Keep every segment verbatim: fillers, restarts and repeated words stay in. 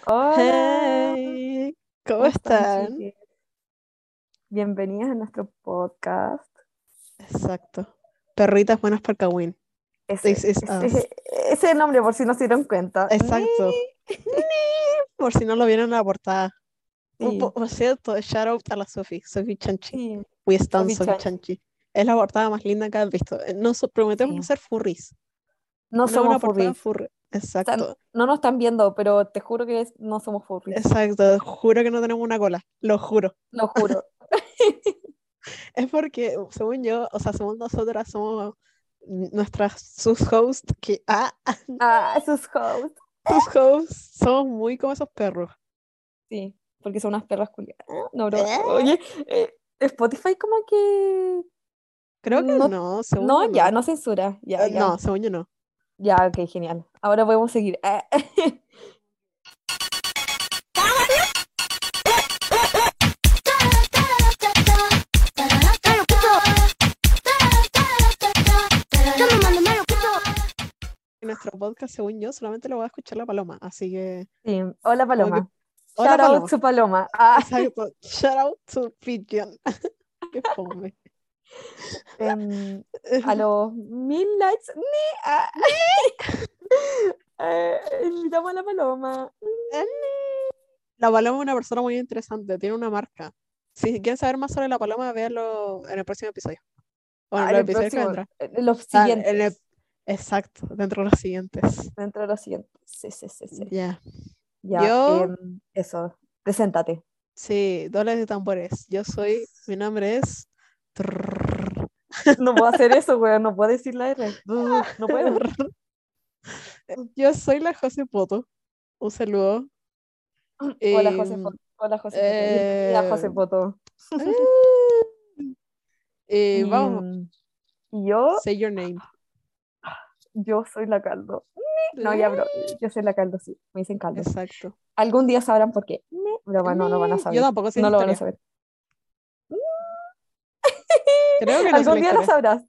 Hola, Hey, ¿cómo ¿cómo están, están? chiques? Bienvenidas a nuestro podcast. Exacto. Perritas buenas para Kawin. This Ese, is us. ese, ese nombre, por si no se dieron cuenta. Ni. Exacto. Por si no lo vieron en la portada. Por, por- Sí, por cierto, shout out a la Sophie, Sophie Chanchi. sí, We stand Sophie Sophie Chanchi. Chanchi. Es la portada más linda que has visto. Eh, Nos prometemos no Sí. ser furries. No Ponemos una somos portada furries. furry. O sea, Exacto. no nos están viendo, pero te juro que es- no somos furries. Exacto. Juro que no tenemos una cola. Lo juro. Lo juro. Es porque, según yo, o sea, según nosotras somos nuestras sus hosts que ah, Ah, sus hosts. sus hosts somos muy como esos perros. Sí, porque son unas perras culiadas. No, broma. ¿Eh? Oye, eh, Spotify como que Creo que no, no, según no, yo ya, no. no censura. Ya, Eh, no, ya. según yo no. Ya, ok, genial. Ahora podemos seguir. Ah, En nuestro podcast, según yo, solamente lo va a escuchar la paloma. Así que, sí. Hola, como que, Paloma. hola Shout out paloma. su Paloma. Ah, Exacto. Shout out to Pigeon. Qué fome. em, a los mil likes. Ni, ah, eh, invitamos a la Paloma. La paloma es una persona muy interesante, tiene una marca. Si quieren saber más sobre la paloma, véanlo en el próximo episodio. O en Ah, en los el episodios que próximo, vendrán. en los Ah, en el- siguientes. exacto, dentro de los siguientes. Dentro de los siguientes. Sí, sí, sí, sí. Ya. Ya, Yo, em, eso. Preséntate. sí, dobles de tambores. Yo soy, mi nombre es. Trrr. No puedo hacer eso, weón. No puedo decir la R. Uh, no puedo. Yo soy la José Poto. Un saludo. Hola, Y, José Poto. Hola, José Poto. Bienvenida, eh, José Poto. y Y, vamos, mm, y yo, say your name. yo soy la Caldo. No, ya, bro. Yo soy la Caldo, sí. Me dicen Caldo. Exacto. Algún día sabrán por qué. Ne, broma, no, no van a Yo saber. tampoco sé la No lo van a historia. saber. Creo que no sé la Algún día lo historia. sabrás.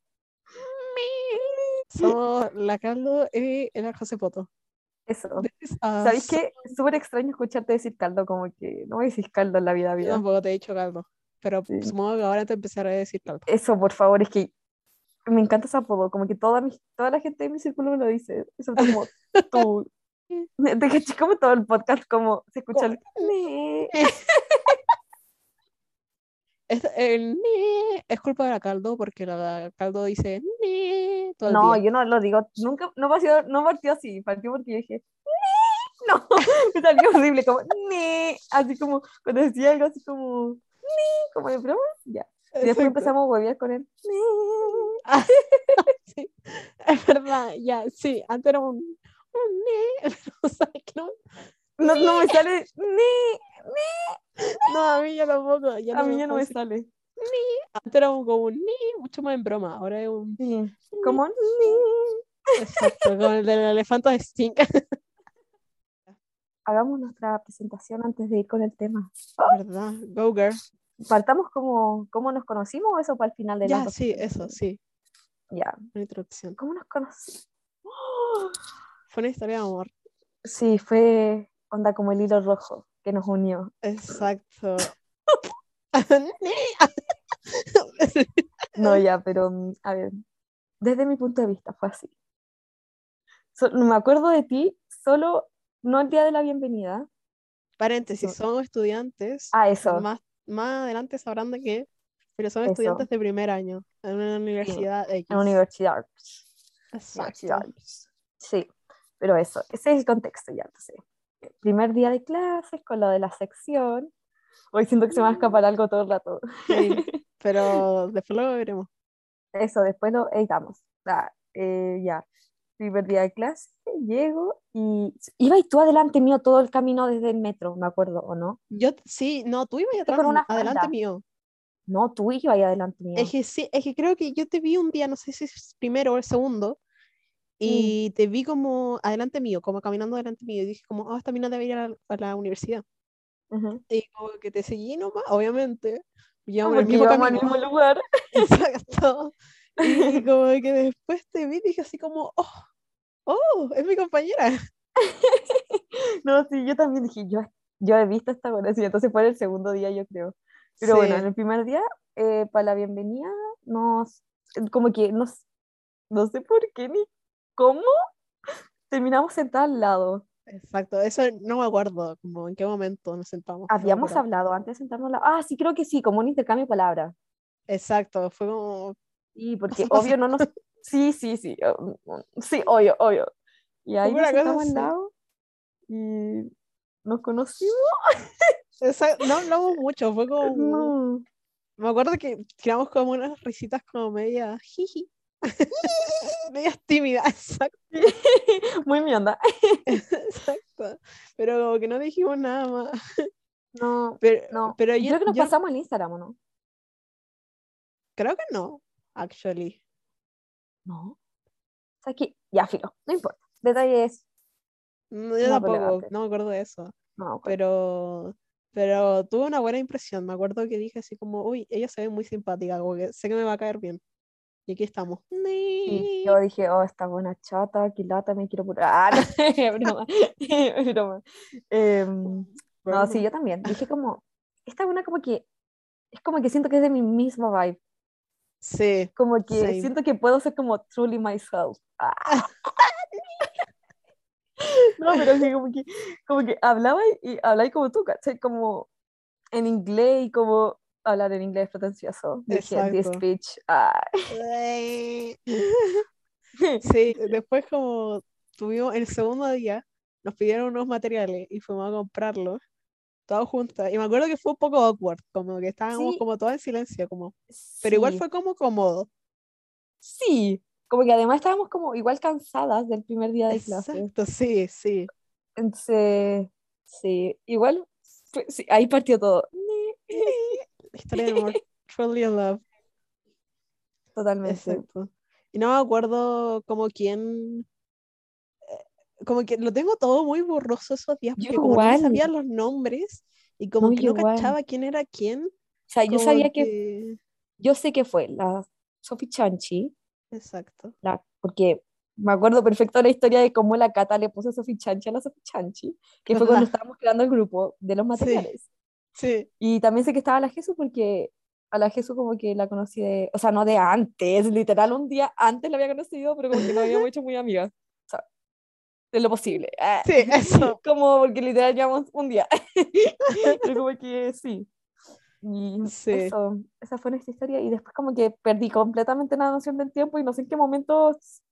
Somos la Carlos y el José Poto. Eso. This is ¿Sabéis us. qué? Es súper extraño escucharte decir caldo, como que no me decís caldo en la vida Yo vida. tampoco te he dicho caldo, pero Sí. supongo que ahora te empezaré a decir caldo. Eso, por favor, es que me encanta ese apodo, como que toda, mi, toda la gente de mi círculo me lo dice, sobre todo como tú. De que como todo el podcast, como se escucha Como- el... "Ne". Es, el ni es culpa de la caldo porque la caldo dice ni todo el No, día. yo no lo digo, nunca, no partió, no partió así, partió porque yo dije, no, me salió horrible, como, ne, así como, cuando decía algo así como, "Ni", como de broma, ya. Y después Exacto. empezamos a huevear con él, "Ne". Ah, sí, es verdad, ya, sí, antes era un, un ni, o sea, que no, No, no me sale, ni, no, a mí ya tampoco, ya a no mí me ya no puedo me decir. sale. Antes era un- como un ni, mucho más en broma, ahora es un Sí, ni. como, ni. Exacto, como el del elefante de Sting. Hagamos nuestra presentación antes de ir con el tema. ¿Verdad? Go girl. Partamos como, cómo nos conocimos o eso para el final de las Ya, dos sí, eso, presentaciones. sí, Ya, una introducción. ¿cómo nos conocimos? Fue una historia de amor. Sí, fue onda como el hilo rojo que nos unió. Exacto. No, ya, pero mm, a ver, desde mi punto de vista fue así. So- me acuerdo de ti solo, no el día de la bienvenida. Sí, sí, Paréntesis, somos estudiantes, ah, eso, más, más adelante sabrán de qué, pero son estudiantes eso, de primer año en una sí, universidad en la X. universidad. Universidad. Exacto. Sí, pero eso, ese es el contexto ya, entonces. Primer día de clases con lo de la sección. Hoy siento que se me va a escapar algo todo el rato. Sí, pero después lo veremos. Eso, después lo editamos. Ah, eh, ya, primer día de clase, llego y iba y tú adelante mío todo el camino desde el metro, me acuerdo, ¿o no? Yo, sí, no, tú ibas Fuiste atrás, con una adelante falda. mío. No, tú ibas ahí adelante Es mío. que sí, es que creo que yo te vi un día, no sé si es primero o el segundo, Sí. y te vi como adelante mío, como caminando adelante mío, y dije como, ah, esta mina debe ir a la, a la universidad. Ujú. Y como que te seguí nomás, obviamente, Ah, llevamos en el porque mismo íbamos al camino, mismo lugar. exacto. Y como que después te vi, dije así como, oh, oh, es mi compañera. No, sí, yo también dije, yo, yo he visto esta conexión, entonces fue el segundo día, yo creo. Pero bueno, en Sí, el primer día, eh, para la bienvenida, nos, como que, nos, no sé por qué ni cómo, terminamos sentados al lado. exacto. Eso no me acuerdo, como en qué momento nos sentamos, no me Habíamos acuerdo. hablado antes de sentarnos al lado. Ah, sí, creo que sí, como un intercambio de palabras. Exacto, fue como, Sí, porque pasa, obvio pasa. no nos... Sí, sí, sí, uh, uh, sí, obvio, obvio. Y Fue ahí nos una cosa sentamos al así. lado y nos conocimos. Esa- no hablamos mucho, fue como, No. me acuerdo que tiramos como unas risitas como media jiji, medias tímidas, exacto, Muy mi onda. exacto. Pero como que no dijimos nada más. No, Pero, no. pero Y yo, creo que nos yo pasamos el Instagram, ¿o no? creo que no, actually. No. O sea, que ya, filo, no importa. Detalles No, yo no tampoco, relevantes. no me acuerdo de eso. No, ok. Pero, pero tuve una buena impresión. Me acuerdo que dije así como, uy, ella se ve muy simpática, como que sé que me va a caer bien. Y aquí estamos. Sí, Ni- yo dije, oh, esta buena chata, qué lata, me quiero puro. Ah, no, broma, broma. Em, no, sí, Broma. yo también. Dije como, esta buena como que, es como que siento que es de mi misma vibe. Sí, Como que same. siento que puedo ser como truly myself. Ah, no, pero así como que, como que hablaba y, y hablaba como tú, ¿cachai? Como en inglés y como hablar en inglés pretencioso. Dije, this Exacto. bitch. Ah. Sí, después como tuvimos el segundo día, nos pidieron unos materiales y fuimos a comprarlos, todos juntos. Y me acuerdo que fue un poco awkward, como que estábamos Sí, como todos en silencio, como, pero igual sí, fue como cómodo. sí. Como que además estábamos como igual cansadas del primer día de clase. Exacto, sí, sí. Entonces, sí, igual, fue- sí, ahí partió todo. Historia de amor, truly in love, Totalmente. exacto. Y no me acuerdo como quién, como que lo tengo todo muy borroso esos días, Yo porque como no me igual, sabía los nombres y no, como que yo no igual. cachaba quién era quién, O sea, yo como sabía que, que... yo sé que fue la Sophie Chanchi, Exacto. la, porque me acuerdo perfecto la historia de cómo la Cata le puso Sophie Chanchi a la Sophie Chanchi, que fue cuando Ajá, estábamos creando el grupo de los sí, materiales. sí. Y también sé que estaba la Jesús porque a la Jesús como que la conocí de, o sea, no de antes, literal un día antes la había conocido, pero como que no habíamos hecho muy amigas, o sea, de lo posible. Ah, Sí, eso. como porque literal llevamos un día. Pero como que sí. Y Sí, eso, esa fue nuestra historia. Y después como que perdí completamente la noción del tiempo y no sé en qué momento,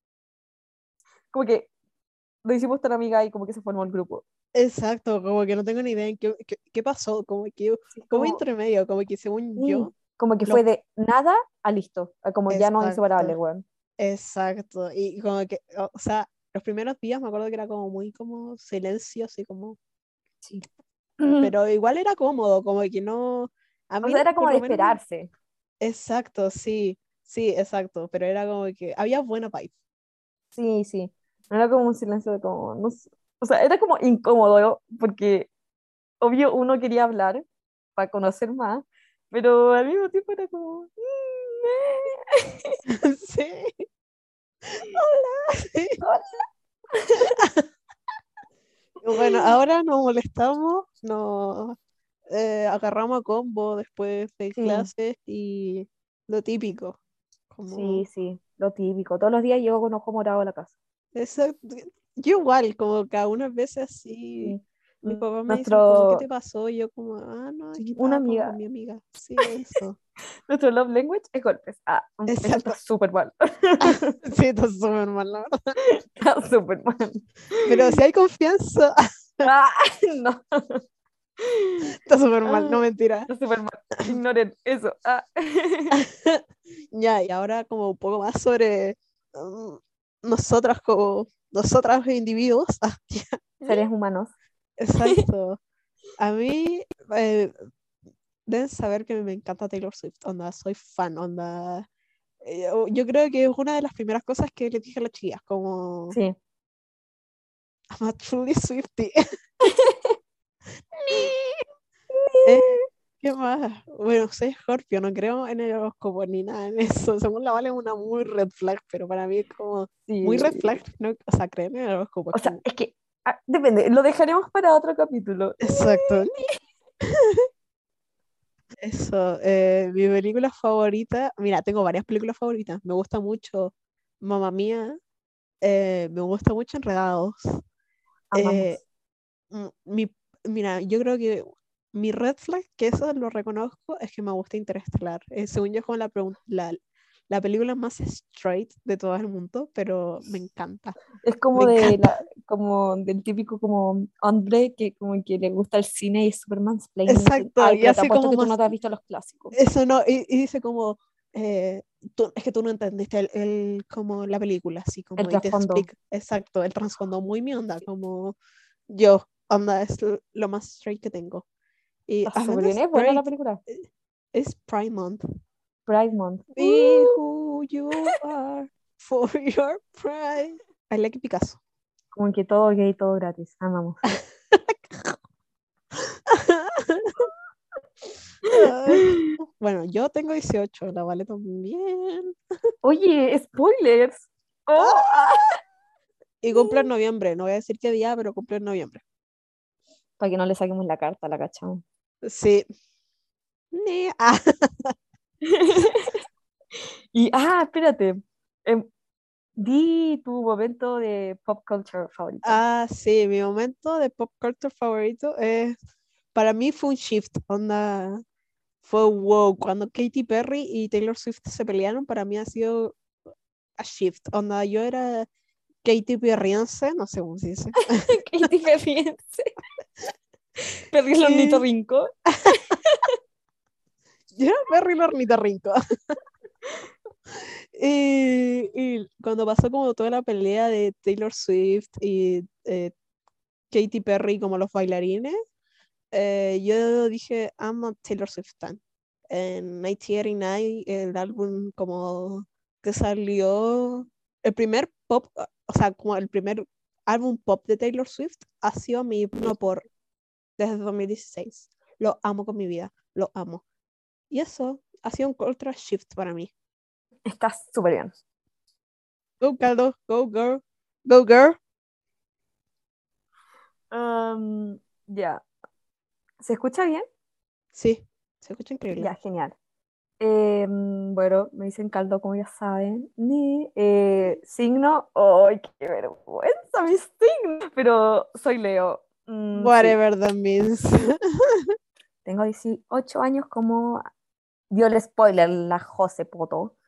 como que lo hicimos tan amiga y como que se formó el grupo. exacto. Como que no tengo ni idea en qué, qué, qué pasó. Como que Sí, hubo como, intermedio, como que según sí, yo, como que los... fue de nada a listo, a como ya no Exacto, inseparable, weón. exacto. Y como que, o o sea, los primeros días me acuerdo que era como muy como silencio, así como... Sí. Pero igual era cómodo, como que no... A O mí, sea, era como por de lo menos, no- esperarse. exacto, sí, sí, exacto. Pero era como que había buena vibe. Sí, sí. No era como un silencio de como, no sé. O sea, era como incómodo porque obvio uno quería hablar para conocer más, pero al mismo tiempo era como... "Mm, eh". Sí, hola. Sí. Bueno, ahora nos molestamos, nos eh, agarramos a combo después de Sí, clases y lo típico, sí, como sí, lo típico. Todos los días llego con ojo morado a la casa. eso, yo igual, como que algunas veces así, Sí. mis papás me dicen como, ¿qué Nuestro, te pasó? Y yo como, ah, no, es que sí, una estaba con, con amiga, mi amiga. Sí, eso. nuestro love language es golpes. Ah, mm, eso está Exacto. súper mal. Sí, está súper mal, la verdad. Está súper mal. Pero si hay confianza, Ah, no. está súper mal, no Ah, mentira. está súper mal. Ignoren eso. Ah. Ya, y ahora como un poco más sobre mm, nosotras como nosotras individuos. Ah, ya, Seres humanos. exacto. A mí eh, deben saber que me encanta Taylor Swift, onda, soy fan, onda. Eh, Yo, yo creo que es una de las primeras cosas que le dije a las chicas, como Sí. I'm a truly Swiftie. Eh, ¿qué más? Bueno, soy Scorpio, no creo en el horóscopo ni nada en eso. Según la Vale es una muy red flag, pero para mí es como muy red Sí. flag, ¿no? O sea, creer en el horóscopo es O sea, como es que Ah, depende, lo dejaremos para otro capítulo. Exacto. Eso, eh, mi película favorita, mira, tengo varias películas favoritas. Me gusta mucho Mamma Mía, eh, me gusta mucho Enredados. Eh, Amamos. mm, mi, mira, yo creo que mi red flag, que eso lo reconozco, es que me gusta Interestelar. Eh, según yo, es como la, pregun- la, la película más straight de todo el mundo, pero me encanta. Es Me como de la, encanta. como del típico como hombre que como que le gusta el cine y es super mansplaining. Te- Exacto, Ay, y pero te así apuesto como que tú no más, te has visto los clásicos. eso no, y, y dice como, eh, tú- es que tú no entendiste el, el- como la película, así El como, y te trasfondo. explica, exacto, el trasfondo muy mi onda, como yo, onda, es lo, lo más straight que tengo. Y Está súper hablando de bien. Es buena la straight, película. eh, es Pride Month. Pride Month. Be Uh, who you are for your pride. I like Picasso. como que todo gay, todo gratis. Amamos. Ay. Bueno, yo tengo dieciocho, la Vale también. Oye, spoilers. Oh, ¡Ah! ah. Y cumple en noviembre, no voy a decir qué día, pero cumple en noviembre. Para que no le saquemos la carta, la cachamos. Sí. Ni- Ah, Y, ah, espérate. Em, di tu momento de pop culture favorito. ah, sí, mi momento de pop culture favorito es, para mí fue un shift, onda, fue wow, cuando Katy Perry y Taylor Swift se pelearon, para mí ha sido a shift, onda, yo era Katy Perriense, no sé cómo se dice. Katy Perry. Perdí el Y ornitorrinco. yo era Perry la ornitorrinco. Y, y cuando pasó como toda la pelea de Taylor Swift y eh, Katy Perry como los bailarines, eh, yo dije, I'm a Taylor Swift fan. En mil novecientos ochenta y nueve, el álbum como que salió, el primer pop, o sea, como el primer álbum pop de Taylor Swift ha sido mi himno por desde dos mil dieciséis. Lo amo con mi vida, lo amo. Y eso ha sido un cultural shift para mí. Está súper bien. Go, Caldo, go, girl, go, girl. Um, ya. ¿Se escucha bien? Sí, se escucha increíble. Ya, genial. Em, bueno, me dicen caldo, como ya saben. Ni eh, signo. ¡Ay, qué vergüenza mi signo! Pero soy Leo. Mm, sí, Whatever that means. tengo dieciocho años como dio el spoiler, la Jose Poto.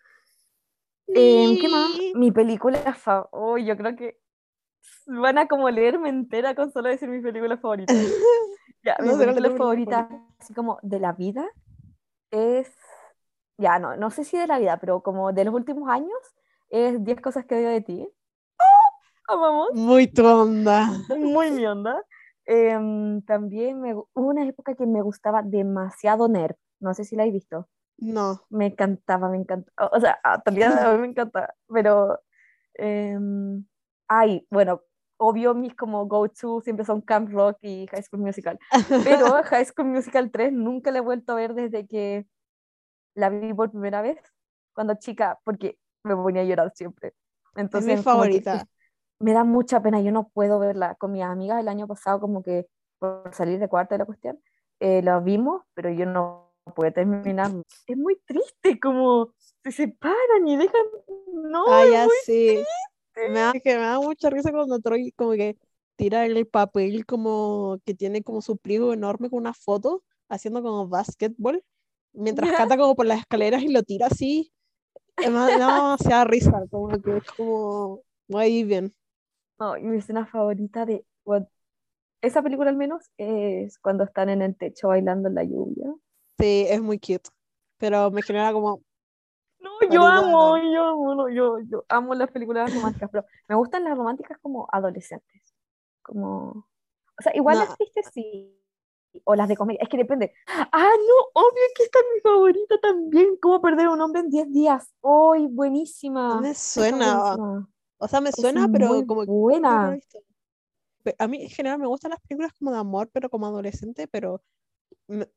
Em, ¿qué más? Ni. Mi película fa... Oh, yo creo que van a como leerme entera con solo decir mi película favorita. Ya, mi No sé cuál es película tu película favorita, favorita. así como de la vida, es, ya no, no sé si de la vida, pero como de los últimos años, es diez cosas que odio de ti. Amamos, Muy tu onda. muy mi onda. Em, también me, gu- hubo una época que me gustaba demasiado Nerd, no sé si la he visto. No. Me encantaba, me encantaba, o sea, hasta el día de hoy me encanta, pero, em, ay, bueno, obvio mis como go-to siempre son Camp Rock y High School Musical, pero High School Musical tres nunca la he vuelto a ver desde que la vi por primera vez, cuando chica, porque me ponía a llorar siempre. Es mi Entonces, como que es- favorita. me da mucha pena, yo no puedo verla. Con mis amigas el año pasado, como que por salir de cuarto de la cuestión, eh, la vimos, pero yo no pude terminar. Es muy triste, como se separan y dejan. No, Ah, es ya muy sí. Me da, triste. que me da mucha risa cuando Troy como que tira el papel como que tiene como su pliego enorme con una foto haciendo como básquetbol mientras Ya. canta como por las escaleras y lo tira así. Eh, Me da, me da demasiada risa, como que es como muy bien. No, y mi escena favorita de what- esa película al menos es cuando están en el techo bailando en la lluvia. Sí, es muy cute. Pero me genera como No, yo carita de amo, amor. yo amo, no, yo, yo amo las películas románticas, pero me gustan las románticas como adolescentes, como, o sea, igual las No, tristes sí, o las de comedia, es que depende. Ah, no, obvio que esta es mi favorita también, ¿cómo perder a un hombre en diez días? ¡Ay, no buenísima! me Esa es suena. buenísima, O sea, me es suena, pero muy como que creo que no lo he buena. visto. Pe- A mí en general me gustan las películas como de amor, pero como adolescente, pero me-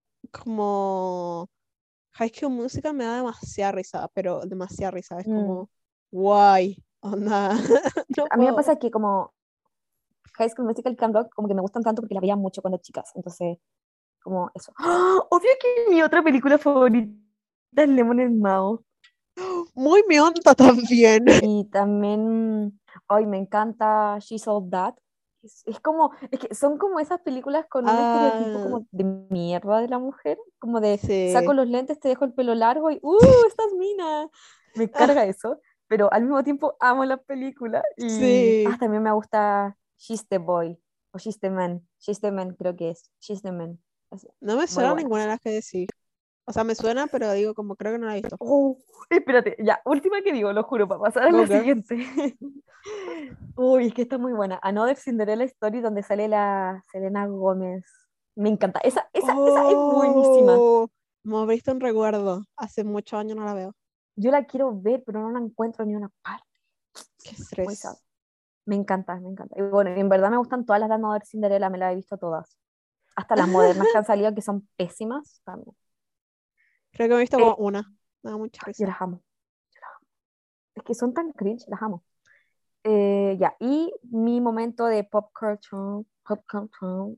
como High School Musical me da demasiada risa, pero demasiada risa. Es Mm. como, guay, onda, no A mí me puedo. pasa que como High School Musical y Camp Rock como que me gustan tanto porque las veía mucho cuando chicas, entonces, como eso. ¡Ah! Obvio que mi otra película favorita es Lemonade Mouth. Muy mi onda también. Y también, hoy me encanta She's All That. Es, es como, es que son como esas películas con un estereotipo Ah, como de mierda de la mujer, como de saco sí, los lentes, te dejo el pelo largo y ¡uh! Estás mina. Me carga eso, pero al mismo tiempo amo la película y ah, sí. también me gusta She's the Boy o She's the Man. She's the Man creo que es. She's the Man. Así, No me muy suena ninguna buenas. de las que decís. O sea, me suena, pero digo, como creo que no la he visto. Oh, espérate, ya, última que digo, lo juro, para pasar a Go la Girl. siguiente. Uy, es que está muy buena. Another Cinderella Story, donde sale la Selena Gómez. Me encanta. Esa, esa, esa es buenísima. Oh, me abriste un recuerdo. Hace muchos años no la veo. Yo la quiero ver, pero no la encuentro ni una parte. Qué Muy sad. estrés. Me encanta, me encanta. Y bueno, en verdad me gustan todas las de Another Cinderella, me las he visto todas. Hasta las modernas que han salido, que son pésimas, también. Creo que me he visto Eh, como una. Me da mucha yo risa. las amo. Yo las amo. Es que son tan cringe, las amo. Eh, ya, y mi momento de pop culture, pop culture,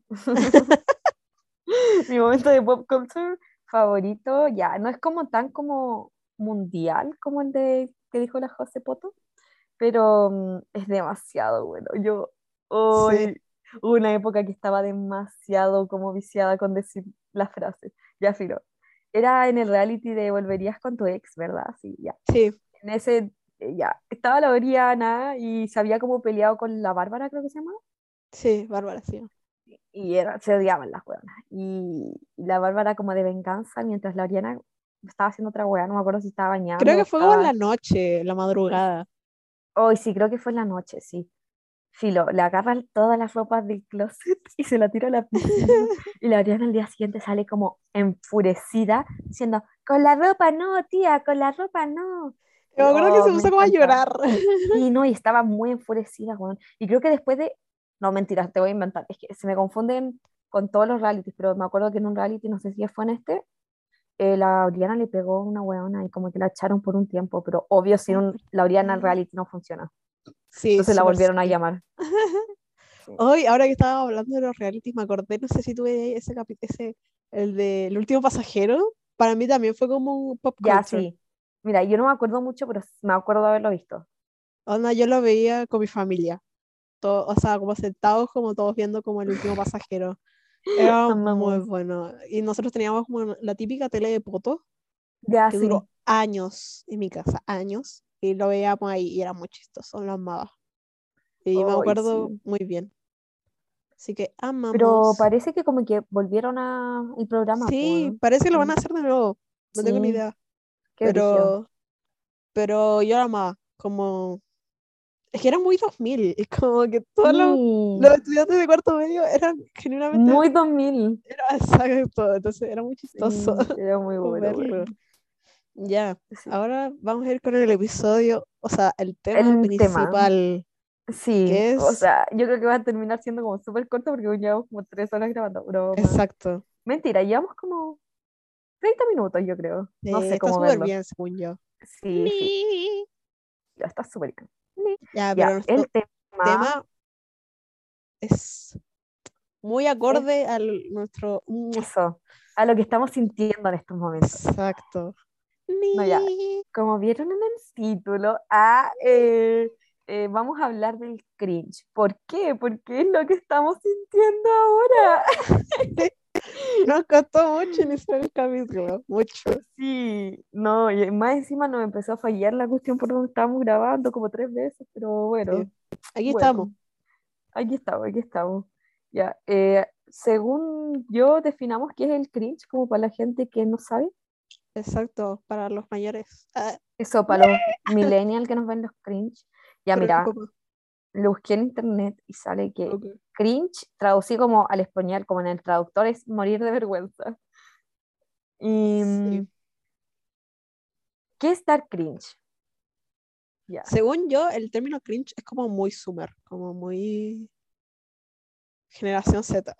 mi momento de pop culture favorito, ya, no es como tan como mundial como el de que dijo la José Poto, pero mm, es demasiado bueno. Yo Sí. hoy hubo una época que estaba demasiado como viciada con decir las frases. Ya, filo. Era en el reality de Volverías con tu ex, ¿verdad? Sí, ya. Sí, En ese, eh, ya, estaba la Oriana y se había como peleado con la Bárbara, creo que se llama, sí, Bárbara, sí. y era, se odiaban las hueonas. Y, y la Bárbara como de venganza, mientras la Oriana estaba haciendo otra hueá, no me acuerdo si estaba Creo bañando o que fue como en la estaba... noche, la madrugada. Hoy sí, creo que fue en la noche, sí. Filo, le agarran todas las ropas del closet y se la tira a la piscina. Y la Oriana al día siguiente sale como enfurecida, diciendo, con la ropa no, tía, con la ropa no. Me Y, acuerdo que oh, se me puso como a encanta. llorar. Sí, no, y estaba muy enfurecida, weón. Y creo que después de, no, mentira, te voy a inventar, es que se me confunden con todos los realities, pero me acuerdo que en un reality, no sé si fue en este, eh, la Oriana le pegó a una weona y como que la echaron por un tiempo, pero obvio, si un, la Oriana en reality no funciona. Sí, Entonces la súper volvieron a sí. llamar. Sí. Hoy, ahora que estaba hablando de los realities, me acordé, no sé si tuve ese capítulo, ese, el de El último pasajero. Para mí también fue como un pop Ya, culture. sí. Mira, yo no me acuerdo mucho, pero me acuerdo de haberlo visto. Onda, yo lo veía con mi familia. Todo, o sea, como sentados, como todos viendo como El último pasajero. Era muy Amamos. bueno. Y nosotros teníamos como la típica tele de poto, Ya, que sí. duró años en mi casa, años. Y lo veíamos ahí y era muy chistoso, lo amaba. Y me Ay, acuerdo sí. muy bien. Así que Pero amamos. parece que como que volvieron a el programa, pues. Sí, parece que lo van Sí, a hacer de nuevo. No tengo ni sí, idea. qué brígido. Pero, pero yo la amaba. Como, es que era muy dos mil. Y como que todos los, Sí, los estudiantes de cuarto medio eran genuinamente. muy dos mil. Era exacto. Entonces era muy chistoso Sí, era muy bueno, verlo. bueno. Ya, Sí. ahora vamos a ir con el episodio, o sea, el tema El tema, principal, sí, que o es, sea, yo creo que va a terminar siendo como súper corto porque llevamos como tres horas grabando, broma. exacto. Mentira, llevamos como treinta minutos, yo creo. No Eh, sé está cómo súper verlo. bien, según yo. Sí, filo, Ni. está súper bien. Ya, pero Ya, nuestro el tema, tema es muy es acorde a nuestro... eso, a lo que estamos sintiendo en estos momentos. Exacto. No, ya, Ni. como vieron en el título, ah, eh, eh, vamos a hablar del cringe. ¿Por qué? Porque es lo que estamos sintiendo ahora. Nos costó mucho iniciar el capítulo, mucho. Sí, no, y más encima nos empezó a fallar la cuestión por donde estábamos grabando como tres veces, pero Sí. bueno, Aquí estamos. bueno, aquí estamos, aquí estamos. Ya, eh, según yo, definamos qué es el cringe, como para la gente que no sabe. Exacto, para los mayores. Ah, Eso, para los millennials que nos ven los cringe. Ya, pero mi mira, papá. lo busqué en internet y sale que Ok. cringe, traducido como al español, como en el traductor, es morir de vergüenza. ¿Y Sí. mm, qué es dar cringe? Ya. Según yo, el término cringe es como muy Summer, como muy generación Z.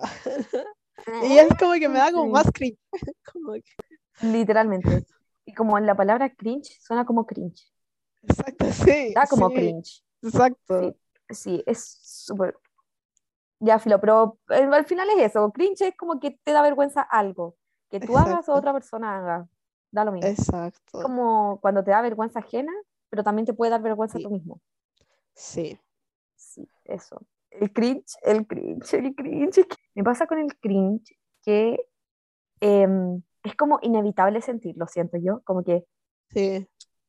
Y es como que me da como Sí, más cringe. Como que- literalmente. Y como en la palabra cringe, suena como cringe. exacto, sí, Da como sí, cringe. exacto. Sí, sí, es súper. Ya, filo, pero eh, al final es eso. Cringe es como que te da vergüenza algo. Que tú hagas o Exacto, otra persona haga. Da lo mismo. Es exacto. como cuando te da vergüenza ajena, pero también te puede dar vergüenza a Sí, tú mismo. sí, Sí, eso. El cringe, el cringe, el cringe. Es que me pasa con el cringe que em, es como inevitable sentirlo, siento yo. Como que sí.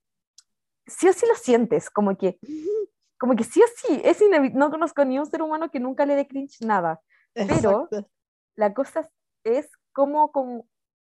sí o sí lo sientes. Como que, como que sí o sí. Es inevi- no conozco ni un ser humano que nunca le dé cringe nada. Pero Exacto. la cosa es cómo, cómo,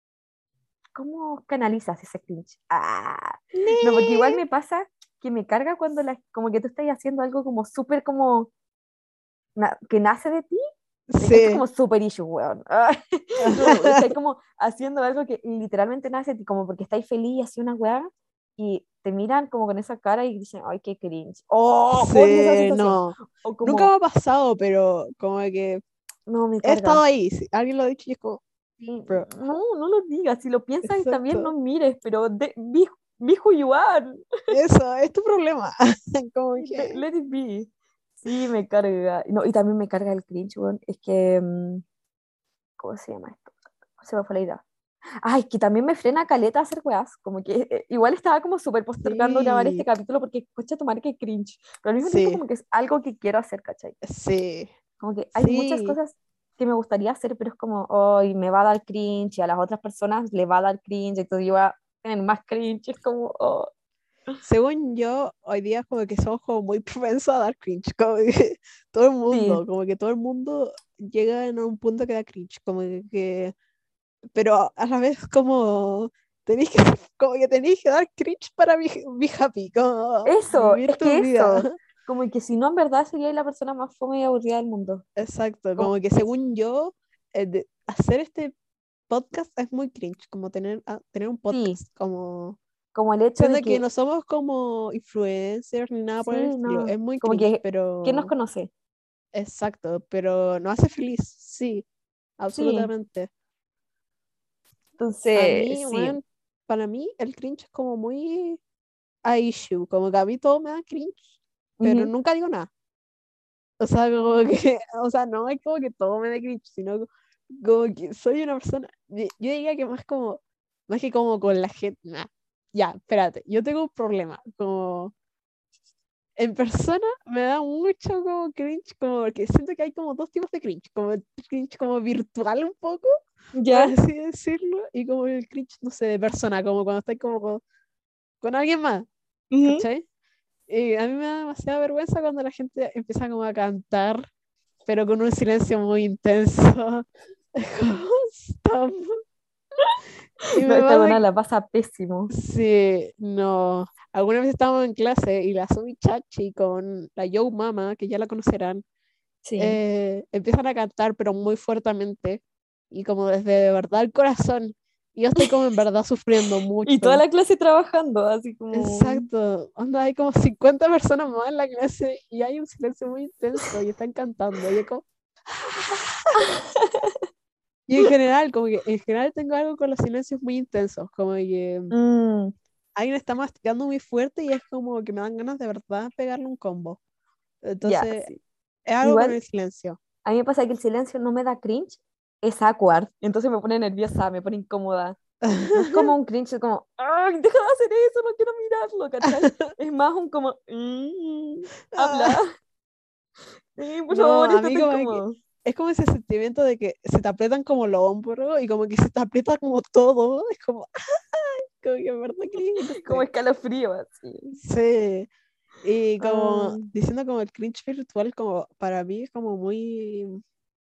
cómo canalizas ese cringe. Ah, no, porque igual Nee. me pasa que me carga cuando la, como que tú estás haciendo algo como súper como na- que nace de ti. Esto es Sí. como super issue, weón. Ah, no, estáis como haciendo algo que literalmente nace de ti, como porque estáis feliz y así una weá, y te miran como con esa cara y dicen, ay, qué cringe. Oh, odio esa Sí, sensación. no. O Nunca me como, ha pasado, pero como que no, me he estado carga. ahí. Si alguien lo ha dicho y es como, Sí, bro, no, no lo digas. Si lo piensas, también no exacto. mires, pero de, be, be who you are. Eso es tu problema. Como Let, que, let it be. Sí, me carga. No, y también me carga el cringe, weón. Es que, mm, ¿cómo se llama esto? Se me fue la idea. Ay, que también me frena caleta a hacer weas. Como que eh, igual estaba como súper postergando grabar este sí, capítulo porque, coche, tomar que cringe. Pero al mismo tiempo sí, como que es algo que quiero hacer, ¿cachai? sí, Como que hay muchas sí. cosas que me gustaría hacer, pero es como, hoy me va a dar cringe y a las otras personas le va a dar cringe, entonces yo voy a tener más cringe. Es como, oh. Según yo, hoy día como que somos como muy propensos a dar cringe. Como que todo el Sí, mundo, como que todo el mundo llega en un punto que da cringe. Como que, pero a la vez como tenéis que, como que tenéis que dar cringe para be, be happy, como eso, vivir es tu que vida. eso, como que si no, en verdad sería la persona más fome y aburrida del mundo. Exacto, Como como que que, según yo, eh, de- hacer este podcast es muy cringe, como tener, ah, tener un sí, podcast, como como el hecho de siendo que que, no somos como influencers ni nada por el sí, estilo, no, es muy como cringe, que, ¿quién nos pero conoce? exacto, pero nos hace feliz, sí, Sí, absolutamente. A entonces, mí, sí. bueno, para mí el cringe es como muy a issue, como que a mí todo me da cringe, pero Ujú. nunca digo nada. O sea, como que, o sea, no es como que todo me dé cringe, sino como que soy una persona, yo yo diría que más como, más que como con la gente, nah. Ya, espérate, yo tengo un problema, como en persona me da mucho como cringe, como que siento que hay como dos tipos de cringe, como el cringe como virtual un poco, por ¿Ya? así decirlo, y como el cringe, no sé, de persona, como cuando estás como con, con alguien más, Ujú. ¿cachai? Y a mí me da demasiada vergüenza cuando la gente empieza como a cantar, pero con un silencio muy intenso. Es como, stop. Y No, me esta pasa buena que, la pasa pésimo. sí, no. Alguna vez estábamos en clase y la Somi Chachi con la Yo Mama, que ya la conocerán, Sí. eh, empiezan a cantar, pero muy fuertemente y como desde de verdad el corazón. Y yo estoy como en verdad sufriendo Y toda mucho. la clase trabajando, así como... Exacto, onda, hay como cincuenta personas más en la clase y hay un silencio muy intenso y están cantando y es como... Y en general, como que en general tengo algo con los silencios muy intensos, como que Mm, alguien está masticando muy fuerte y es como que me dan ganas de verdad pegarle un combo. ya, Entonces, sí. es algo con Igual, el silencio. a mí me pasa que el silencio no me da cringe, es awkward. Entonces me pone nerviosa, me pone incómoda. No es como un cringe, es como, ¡ay, deja de hacer eso! No quiero mirarlo, ¿cachai? Es más un como, "Mm, habla, sí, por No, favor, a esto mí está como que incómodo". es como ese sentimiento de que se te aprietan como los hombros y como que se te aprieta como todo. Es como, como que en verdad que no Como sé. escalofrío, así. Sí. Y como Ah, diciendo como el cringe virtual, como para mí es como muy,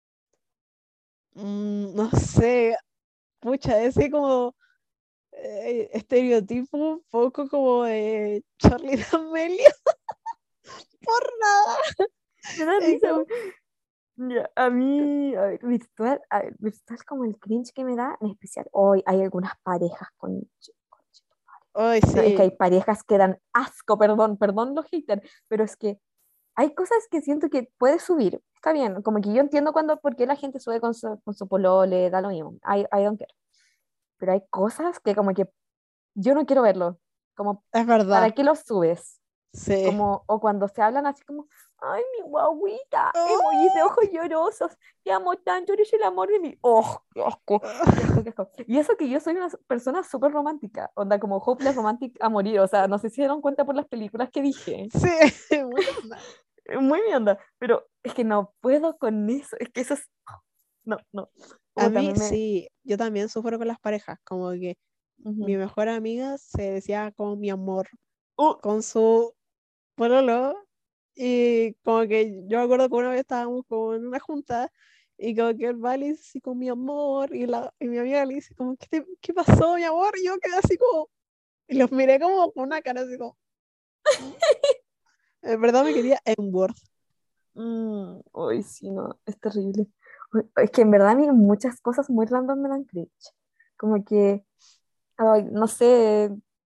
mm, no sé, pucha, ese como eh, estereotipo un poco como de Charlie D'Amelio, por nada. me da Es risa, como, güey. Ya, a mí, a ver, virtual, a ver, virtual como el cringe que me da, en especial, hoy hay algunas parejas con... ay, No, es que sí, hay parejas que dan asco, perdón, perdón los haters, pero es que hay cosas que siento que puedes subir, está bien, como que yo entiendo cuando, por qué la gente sube con su, con su polole, da lo mismo, I, I don't care, pero hay cosas que como que yo no quiero verlo, como, es ¿para verdad, qué los subes? sí, Como, o cuando se hablan así como, ay, mi guaguita, emojis de ¡Oh! ojos llorosos, te amo tanto, eres el amor de mi, oh, qué asco, qué asco, qué asco. Y eso que yo soy una persona súper romántica, onda como hopeless romantic a morir, o sea, no sé si se dieron cuenta por las películas que dije, Sí, muy onda. muy mi onda, pero es que no puedo con eso, es que eso es, no, no, A puta, mí me, me, sí, yo también sufro con las parejas, como que mi ujú. mejor amiga se decía como mi amor Uh, con su pololo y como que yo me acuerdo que una vez estábamos como en una junta y como que el va le dice así como mi amor y, la, y mi amiga le dice como ¿qué, te- qué pasó mi amor? Y yo quedé así como, y los miré como con una cara así como, "Mm". En verdad me quería N-word. mm, uy, sí, no, es terrible. Uy, es que en verdad a mí muchas cosas muy random me dan cringe, como que, ay, no sé,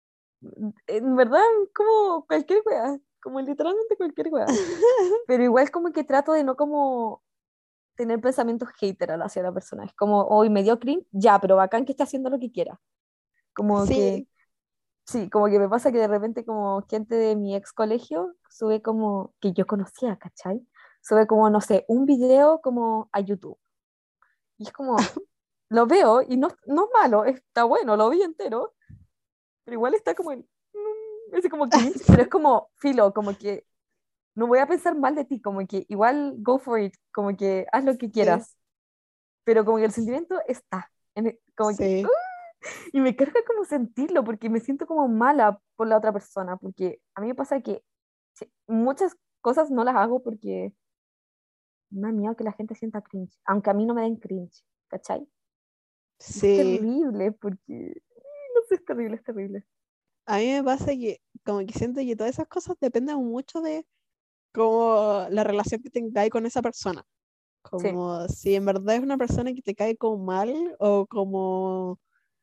en verdad, como cualquier wea, como literalmente cualquier wea. Pero igual como que trato de no como tener pensamientos hater hacia la persona. Es como, hoy me dio cringe, ya, pero bacán que esté haciendo lo que quiera. Como que, Sí, sí, como que me pasa que de repente como gente de mi ex colegio sube como, que yo conocía, ¿cachai? Sube como, no sé, un video como a YouTube. Y es como, lo veo y no, no es malo, está bueno, lo vi entero, pero igual está como en, mm, es como cringe, pero es como filo, como que no voy a pensar mal de ti, como que igual go for it, como que haz lo que sí, quieras, pero como que el sentimiento está, en el- como que, ¡uh! sí, Y me carga como sentirlo, porque me siento como mala por la otra persona, porque a mí me pasa que sí, muchas cosas no las hago porque me da miedo que la gente sienta cringe, aunque a mí no me den cringe, ¿cachai? Y es sí. terrible, porque, no sé, es terrible, es terrible. A mí me pasa que como que siento que todas esas cosas dependen mucho de como la relación que tengáis con esa persona. Sí, Como si en verdad es una persona que te cae como mal o como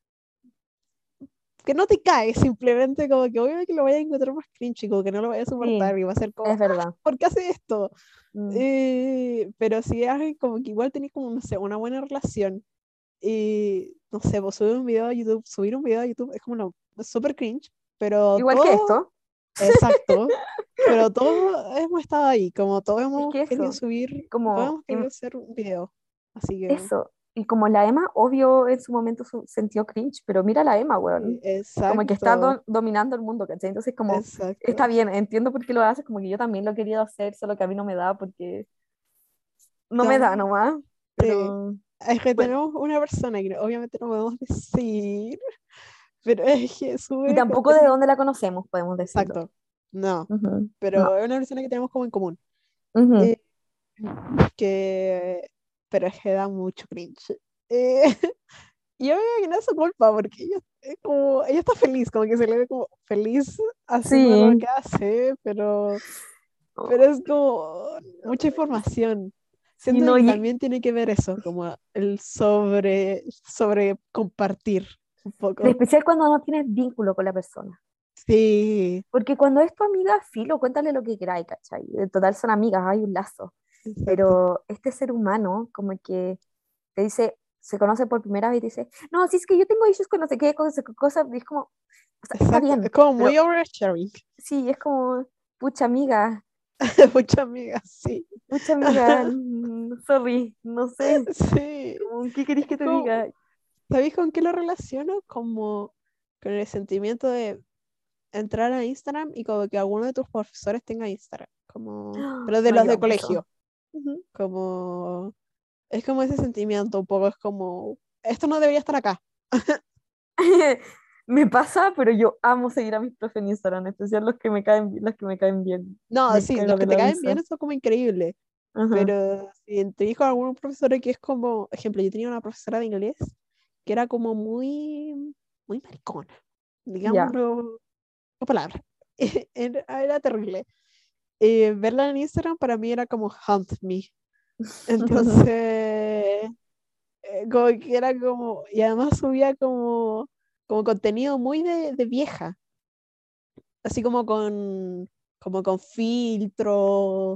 que no te cae, simplemente como que obviamente que lo vaya a encontrar más cringe y como que no lo vaya a sí, soportar y va a ser como, es ah, verdad. ¿por qué hace esto? Mm, Eh, pero si es alguien como que igual tenéis como, no sé, una buena relación y, no sé, pues subir un video a YouTube, subir un video a YouTube es como una, súper cringe, pero Igual que todo, esto, exacto, pero todos hemos estado ahí, como todos es hemos que querido eso, subir, todos como, hemos querido im- hacer un video, así que, eso, y como la Emma, obvio en su momento su- sintió cringe, pero mira la Emma, eh, weón, como que está exacto, do- dominando el mundo, ¿cachai? Entonces como, está exacto. bien, entiendo por qué lo haces, como que yo también lo he querido hacer, solo que a mí no me da porque no me da Tam- nomás, sí, pero es que bueno, tenemos una persona que obviamente no podemos decir, pero es que y sube tampoco de contenido. dónde la conocemos, podemos decirlo. Exacto, no, Ujú. pero No. es una persona que tenemos como en común. Ujú. Eh, que, pero es que da mucho cringe. Eh, y yo veo que no es su culpa, porque ella, es como, ella está feliz, como que se le ve como feliz haciendo lo Sí. que hace, pero, pero Oh, es como mucha información. sí, Siento no, que y también tiene que ver eso, como el sobre, sobre compartir un en poco. especial cuando no tienes vínculo con la persona. Sí, Porque cuando es tu amiga, filo, cuéntale lo que queráis, ¿cachai? En total son amigas, hay un lazo. exacto. Pero este ser humano, como que te dice, se conoce por primera vez y dice, no, si es que yo tengo issues con no sé qué cosas, cosas, y es como, o sea, está Exacto. Es bien, como muy pero oversharing. sí, es como, pucha amiga, Muchas amigas, sí. pucha amiga, mm, sorry, no sé, Sí. como, ¿qué querés Es que te como, diga? ¿sabéis con qué lo relaciono? Como con el sentimiento de entrar a Instagram y como que alguno de tus profesores tenga Instagram. Como, pero de No, los yo de amo eso. colegio. Como, es como ese sentimiento un poco, es como, esto no debería estar acá. Me pasa, pero yo amo seguir a mis profes en Instagram, en especial los que me caen, bi- los que me caen bien. No, Me sí, cago los de que te la caen bien risa. eso es como increíble. Ajá. Pero si te dijo algún profesor que es como, ejemplo, yo tenía una profesora de inglés que era como muy, muy maricona, Ya. digámoslo, con palabras. Era, era terrible. Eh, verla en Instagram para mí era como hunt me. Entonces, eh, como que era como, y además subía como, como contenido muy de, de vieja, así como con, como con filtro.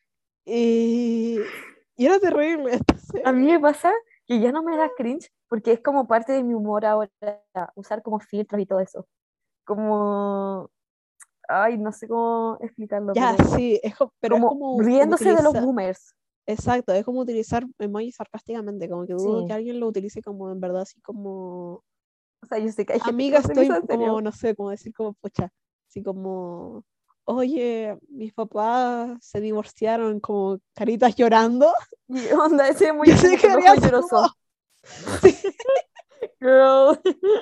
Y, y era terrible. A mí Entonces, me pasa que ya no me da cringe porque es como parte de mi humor ahora usar como filtros y todo eso. Como, ay, no sé cómo explicarlo, Ya, pero sí, es co- pero es como como, como riéndose de los utilizar, boomers. exacto, es como utilizar emojis sarcásticamente, como que dudo que Sí, alguien lo utilice como en verdad, así como, o sea, yo sé que hay gente que amiga, lo utiliza estoy en como, serio. no sé, como decir como, pucha, así como, oye, mis papás se divorciaron, como caritas llorando. Y onda, ese es Yo muy sí como con quería ojos así como, llorosos. sí, Girl.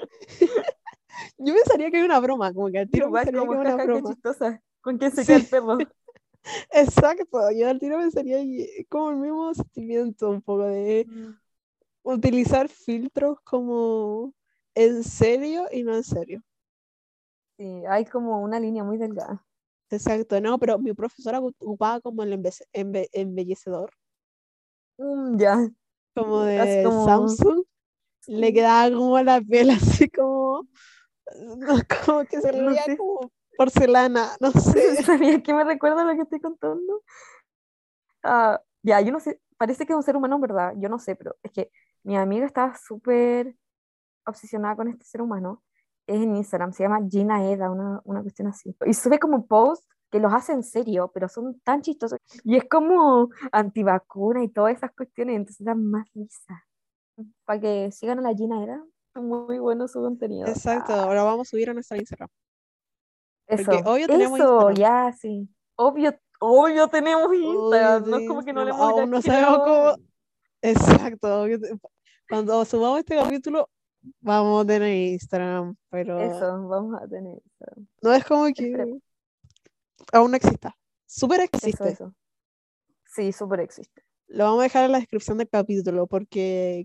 yo pensaría que es una broma, como que al tiro Igual pensaría que como, es una jaja, qué broma. chistosa. ¿Con quién se queda Sí, el perro? exacto, yo al tiro pensaría y- como el mismo sentimiento un poco de Mm. utilizar filtros como en serio y no en serio. Sí, hay como una línea muy delgada. Exacto, no, pero mi profesora ocupaba como el embe- embe- embellecedor, Mm, ya, como así de como... Samsung, le Sí. quedaba como la piel así como, no, como que se le No veía sé, como porcelana, no sé. ¿sabía que me recuerda lo que estoy contando? Ah, ya, yo no sé, parece que es un ser humano, en verdad, yo no sé, pero es que mi amiga estaba súper obsesionada con este ser humano. Es en Instagram, se llama Gina Eda, una, una cuestión así. Y sube como posts que los hace en serio, pero son tan chistosos. Y es como antivacuna y todas esas cuestiones, entonces dan más risa. Para que sigan a la Gina Eda, muy bueno su contenido. Exacto, Ah, ahora vamos a subir a nuestra Instagram, porque eso, hoy ya tenemos eso, Instagram. ya, sí. Obvio, obvio tenemos Hoy Instagram, no es de como que no le Instagram, hemos aún no sabemos creado. cómo. Exacto, obvio te- cuando subamos este capítulo vamos a tener Instagram, pero Eso, vamos a tener Instagram. no es como Esperemos. que aún no exista. Súper Eso, existe. eso. Sí, súper existe. Lo vamos a dejar en la descripción del capítulo porque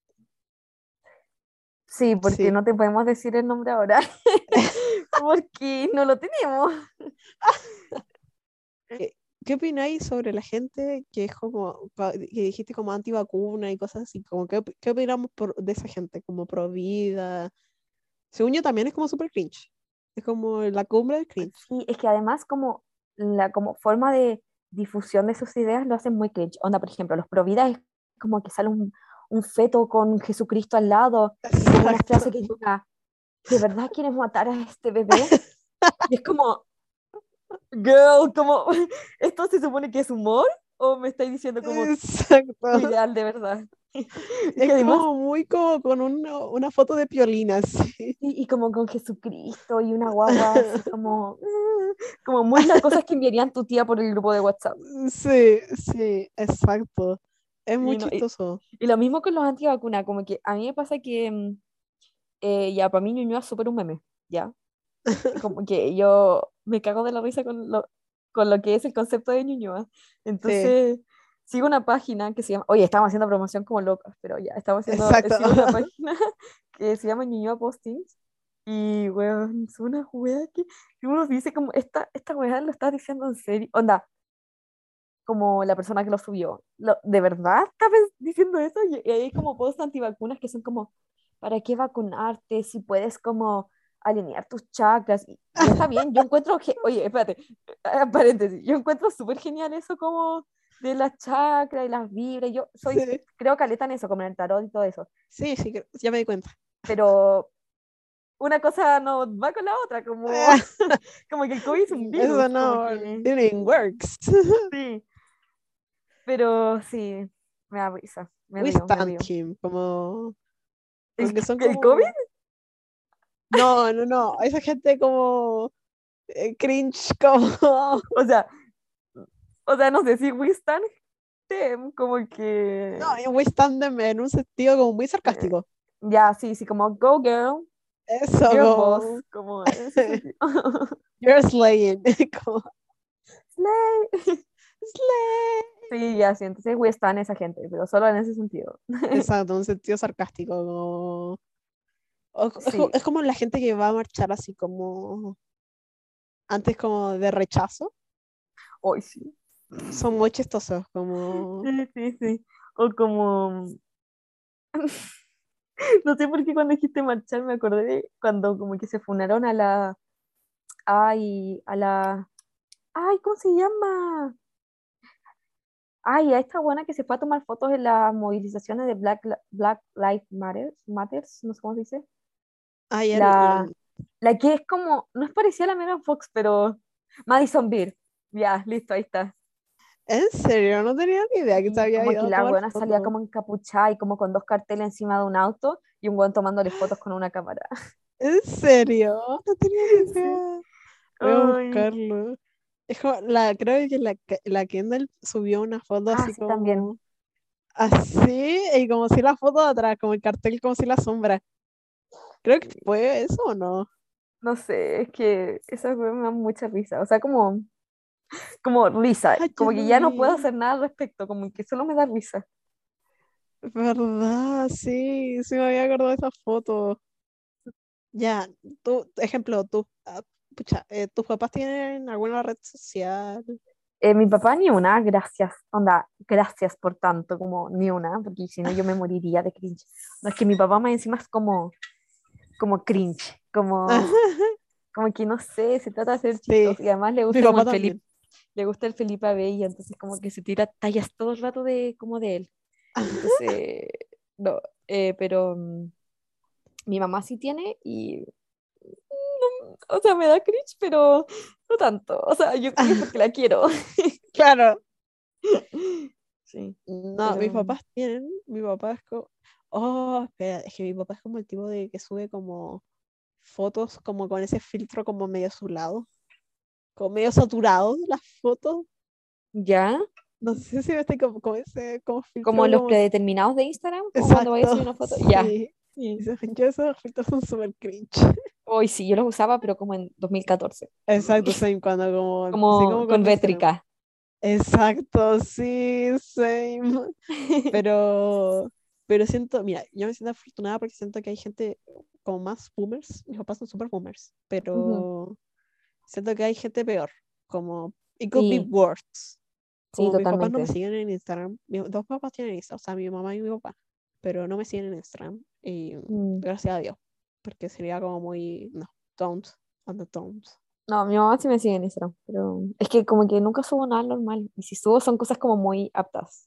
Sí, porque sí. no te podemos decir el nombre ahora, porque no lo tenemos. ¿Qué, qué opináis sobre la gente que es como, pa- que dijiste como antivacuna y cosas así? Como, ¿qué, op- qué opinamos por, de esa gente? Como pro vida. Según yo también es como súper cringe. Es como la cumbre del cringe. Sí, es que además como la como forma de difusión de sus ideas lo hacen muy cringe. Onda, por ejemplo, los Provida es como que sale un, un feto con Jesucristo al lado y como una frase Exacto. que diga, ¿de verdad quieres matar a este bebé? Y es como, girl, como, ¿esto se supone que es humor? ¿O me estáis diciendo como tu Exacto. ideal de verdad? Es que Es además, como muy como con una, una foto de Piolina, sí. sí, y como con Jesucristo y una guagua así como, como muy las cosas que enviarían tu tía por el grupo de WhatsApp. Sí, sí, exacto. Es muy Y, no, y, chistoso. y lo mismo con los antivacunas, como que a mí me pasa que mm, eh, ya para mí Ñuñoa es súper un meme, ¿ya? Como que yo me cago de la risa con lo, con lo que es el concepto de Ñuñoa. Sí, Entonces, sigo una página que se llama, oye, estamos haciendo promoción como locos, pero ya, estamos haciendo, exacto. sigo una página que se llama Ñuñoa Postings. Y, weón, es una wea que, que uno dice como, esta, esta wea lo estás diciendo en serio. Onda, como la persona que lo subió. Lo- ¿de verdad estás diciendo eso? Y, y hay como posts antivacunas que son como, ¿para qué vacunarte si puedes como alinear tus chakras? Y, y está bien, yo encuentro que, oye, espérate, eh, paréntesis, yo encuentro súper genial eso como de las chakras y las vibras. Yo soy, Sí, creo caleta en eso, como en el tarot y todo eso. sí, sí, que- ya me di cuenta. Pero una cosa no va con la otra, como, como que el COVID es un Eso virus, como no, que didn't works. sí. Pero sí, me da risa, me We río, me stand río. him, como, como ¿El, que son el COVID? como, no, no, no, esa gente como eh, cringe, como, O sea, o sea, no sé si we stand them, como no, que... we stand them en un sentido como muy eh, sarcástico. ya, sí, sí, como go girl, Eso, girl boss, como, como en ese sentido. you're slaying, como, Slay. slay. Sí, ya, sí, entonces we stand esa gente, pero solo en ese sentido. Exacto, un sentido sarcástico, como, o- es, co- Sí, es como la gente que va a marchar así como, antes como de rechazo, hoy sí. son muy chistosos, como, Sí, sí, sí. O como, no sé por qué cuando dijiste marchar me acordé de cuando como que se funaron a la, ay, a la, ay, ¿cómo se llama? Ay, a esta buena que se fue a tomar fotos en las movilizaciones de Black, Li- Black Lives Matter, Matters, no sé cómo se dice. ay, el, La, La que es como, no es parecida a la Megan Fox, pero Madison Beer. Ya, listo, ahí está. ¿En serio? No tenía ni idea que se Y había como ido que a la tomar buena salía fotos. como encapuchada y como con dos carteles encima de un auto y un weón tomándole fotos con una cámara. ¿En serio? No tenía ni Sí. idea. Voy a Ay. buscarlo. Es como, la, creo que la, la Kendall subió una foto Ah, así sí, también. como, así, y como si la foto de atrás, como el cartel, como si la sombra. Creo que fue eso o no. No sé, es que esas weas me dan mucha risa. O sea, como, como risa. Ah, yo Como que lo ya no puedo vi. hacer nada al respecto. Como que solo me da risa. ¿Verdad? Sí, sí me había acordado de esa foto. Ya, tú, ejemplo, tú, ah, pucha, eh, ¿tus papás tienen alguna red social? Eh, mi papá ni una, gracias. Onda, gracias por tanto, como ni una, porque si no yo me moriría de cringe. No, es que mi papá más encima es como, como cringe. Como, como que no sé, se trata de ser Sí, chistoso. Y además le mi gusta como papá el Felipe, también. le gusta el Felipe Abello, entonces como que se tira tallas todo el rato de, como de él. Entonces, no, eh, pero mm, mi mamá sí tiene y, o sea, me da cringe, pero no tanto. O sea, yo creo que es porque la quiero. Claro. Sí, No, mis pero papás tienen, mi papá es como, oh, espera, es que mi papá es como el tipo de que sube como fotos como con ese filtro como medio azulado, como medio saturado las fotos. ya, No sé si me estoy como, como ese como como filtro los como, predeterminados de Instagram, como cuando vaya a exacto, subir una foto, ya. sí. Y Sí. según yo esos filtros son súper cringe. Hoy sí, yo los usaba, pero como en dos mil catorce, Exacto, same, cuando como empecé como como con con Instagram. Vétrica. Exacto, sí, same. Pero, pero siento, mira, yo me siento afortunada porque siento que hay gente como más boomers, mis papás son super boomers, Ujú. pero siento que hay gente peor, como it could be Sí, worse. sí, Como mis papás no me totalmente. siguen en Instagram, mis dos papás tienen Instagram, o sea, mi mamá y mi papá, pero no me siguen en Instagram, y Mm. gracias a Dios, porque sería como muy, no, don't, on the don't. No, mi mamá sí me sigue en Instagram, pero es que como que nunca subo nada normal. Y si subo son cosas como muy aptas.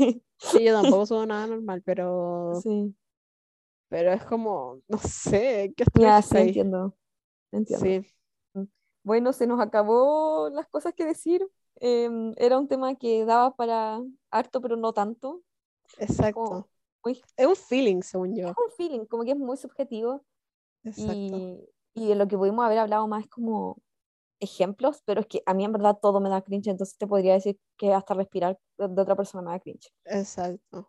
Sí, yo tampoco subo nada normal, pero, Sí, pero es como, no sé, qué ya, estrés sí ahí. entiendo, entiendo. Sí, Mm. Bueno, se nos acabó las cosas que decir. Em, era un tema que daba para harto, pero no tanto. Es como exacto. muy, Es un feeling, según es yo. un feeling, como que es muy subjetivo Exacto. y, y de lo que pudimos haber hablado más es como ejemplos, pero es que a mí en verdad todo me da cringe, entonces te podría decir que hasta respirar de de otra persona me da cringe. Exacto.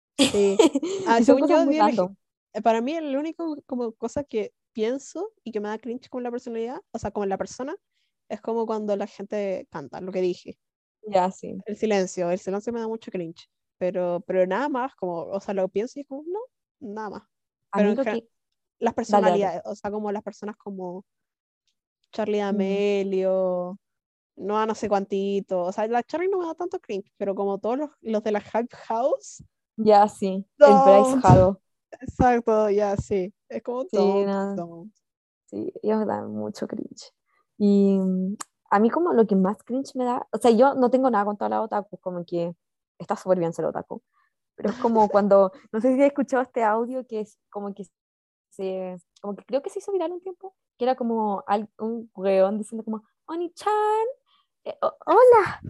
Sí. Ah, Y son según cosas yo, muy di el ej- random. eh, para mí, el único como cosa que pienso y que me da cringe con la personalidad, o sea, con la persona, es como cuando la gente canta, lo que dije. Ya, sí. El silencio, el silencio me da mucho cringe. Pero, pero nada más, como, o sea, lo pienso y es como, no, nada más. A Pero mí en lo general, que... las Dale, dale. personalidades, o sea, como las personas como Charlie Mm. D'Amelio, no a no sé cuantito. O sea, la Charlie no me da tanto cringe, pero como todos los, los de la Hype House, Ya, sí. El Bryce don't. Haro. Exacto, ya, sí. Es como Sí, don't, no, don't. sí, ellos me dan mucho cringe. Y mm, a mí como lo que más cringe me da, o sea, yo no tengo nada contra la otaku, como que está súper bien ser otaku, pero es como cuando, no sé si has escuchado este audio que es como que se, como que creo que se hizo viral un tiempo, que era como al- un weón diciendo como, Oni-chan, eh, o- hola,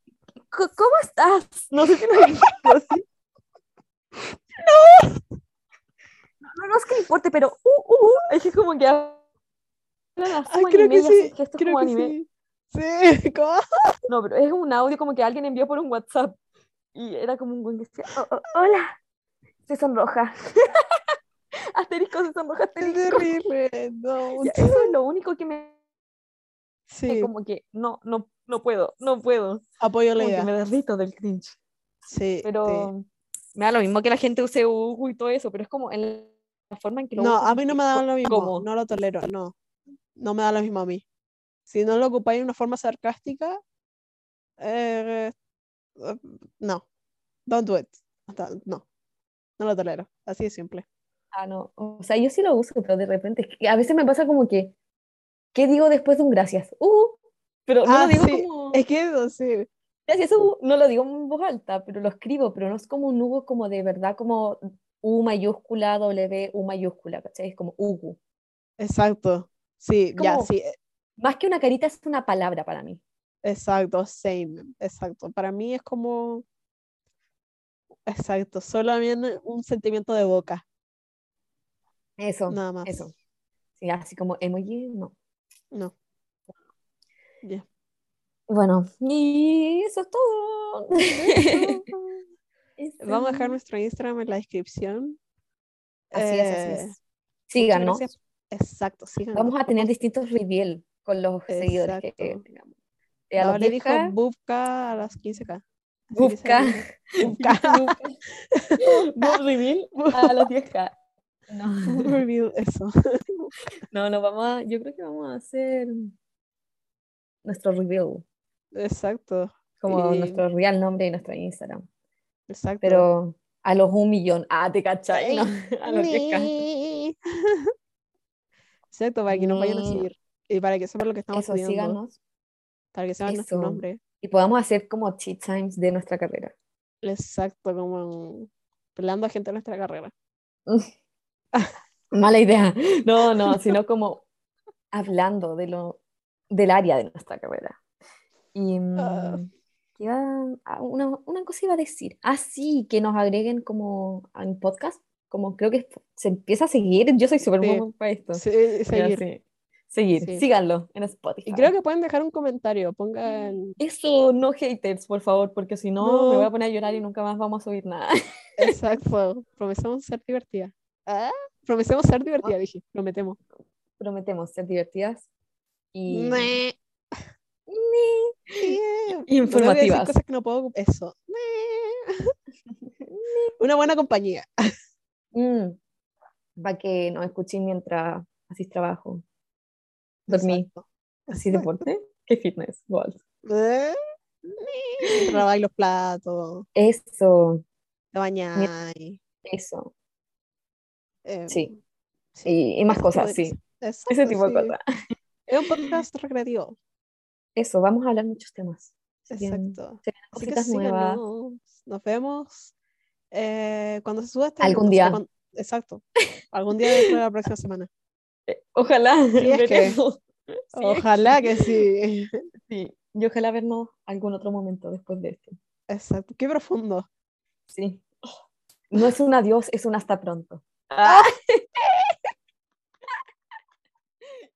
co- ¿cómo estás? No sé si lo has visto así. No, no, no es que me importe, pero, uh, uh, uh, es que como que hablan así Ah, como creo anime que y hacen sí, gestos creo como que anime. sí. Sí, ¿cómo? No, pero es un audio como que alguien envió por un WhatsApp y era como un güey que decía, "Oh, oh, hola, se sonroja, asterisco, se sonroja, Qué asterisco". terrible, Ya, don't. eso es lo único que me, Sí, como que no, no, no puedo, no puedo, apoyo la como que me idea. derrito del cringe. Sí, sí. Pero me da lo mismo que la gente use Ugu y todo eso, pero es como en la forma en que lo No, a usan mí no me que, da co- lo mismo, ¿cómo? no lo tolero, no. No me da lo mismo a mí. Si no lo ocupáis de una forma sarcástica, eh, eh, no, don't do it. Hasta- no, no lo tolero. Así de simple. Ah, no, o sea, yo sí lo uso, pero de repente, es que a veces me pasa como que, ¿qué digo después de un gracias? Uh, pero no lo Ah, digo sí, como... es que eso sí. Gracias, U, no lo digo en voz alta, pero lo escribo, pero no es como un Hugo como de verdad, como U mayúscula, W, U mayúscula, ¿cachai? Es como Ugu. Exacto. Sí, ya, Como, sí, eh, más que una carita, es una palabra para mí. exacto, same, exacto. Para mí es como, exacto, solamente un sentimiento de boca, Eso, nada más. eso. Sí, así como emoji, no. No, ya. Bueno, y eso es todo. Eso. Vamos a dejar Eso. nuestro Instagram en la descripción. Así es, así Eh, es. muchas gracias. Síganos. Exacto, síganos. Vamos a tener Vamos, distintos reveal con los seguidores que exacto. tengamos. Eh, a La los Vale dijo diez k, Bubka a las quince k. Así que se busca. viene. Bubka. Dijiste busca. Bubka. Bob reveal a Bub- los diez k. No, Bub review, eso. no, no, vamos a, yo creo que vamos a hacer nuestro reveal, Exacto. como Y, nuestro real nombre y nuestro Instagram. exacto. Pero a los un millón, ah, ¿te cachai? No, Ay, a los diez k. ni. Exacto, para que nos vayan a Ni- seguir. Y para que sepan lo que estamos Eso, estudiando. síganos. Para que sepan nuestro Eso. nombre. Y podamos hacer como cheat times de nuestra carrera. Exacto, como pelando a gente en nuestra carrera. Mala idea. No, no, sino como hablando de lo, del área de nuestra carrera. Y Ah, mm, ¿qué iba- ah, una, una cosa iba a decir. Ah, sí, que nos agreguen como al podcast. Como creo que se empieza a seguir. Yo soy súper sí, buena para esto. sí, Ya, seguir. sí. Seguir, Sí. síganlo en Y creo Spotify. que pueden dejar un comentario. Pongan. Eso, no haters, por favor, porque si no me voy a No, poner a llorar y nunca más vamos a subir nada. exacto. Prometemos ser divertida. Ah, prometemos ser divertida, dije. Prometemos. Prometemos ser divertidas y Meh. Yeah. y No tengo que decir informativas. cosas que no puedo. Eso. Meh. Una buena compañía. Mm, para que nos escuchen mientras así trabajo, dormí, Exacto. así Exacto. deporte, qué fitness, igual. Eh, Meh. Mientras laváis los platos, Eso, te mi- bañáis. eso, sí, em, sí, y, y más ese tipo cosas, de cosas. sí, ese Exacto, tipo de sí. cosas. Es un podcast recreativo. Eso, vamos a hablar muchos temas. Así que Exacto. se vienen Así que cositas nuevas. síganos. Nos vemos eh, cuando se suba este. Algún O sea, día, cuan- exacto. Algún día dentro de la próxima semana. eh, ojalá Si es que. veremos, si es Ojalá que, que sí. sí, y ojalá vernos algún otro momento después de esto. Exacto. Qué profundo. Sí, no es un adiós, es un hasta pronto. Ah, ¡Ah!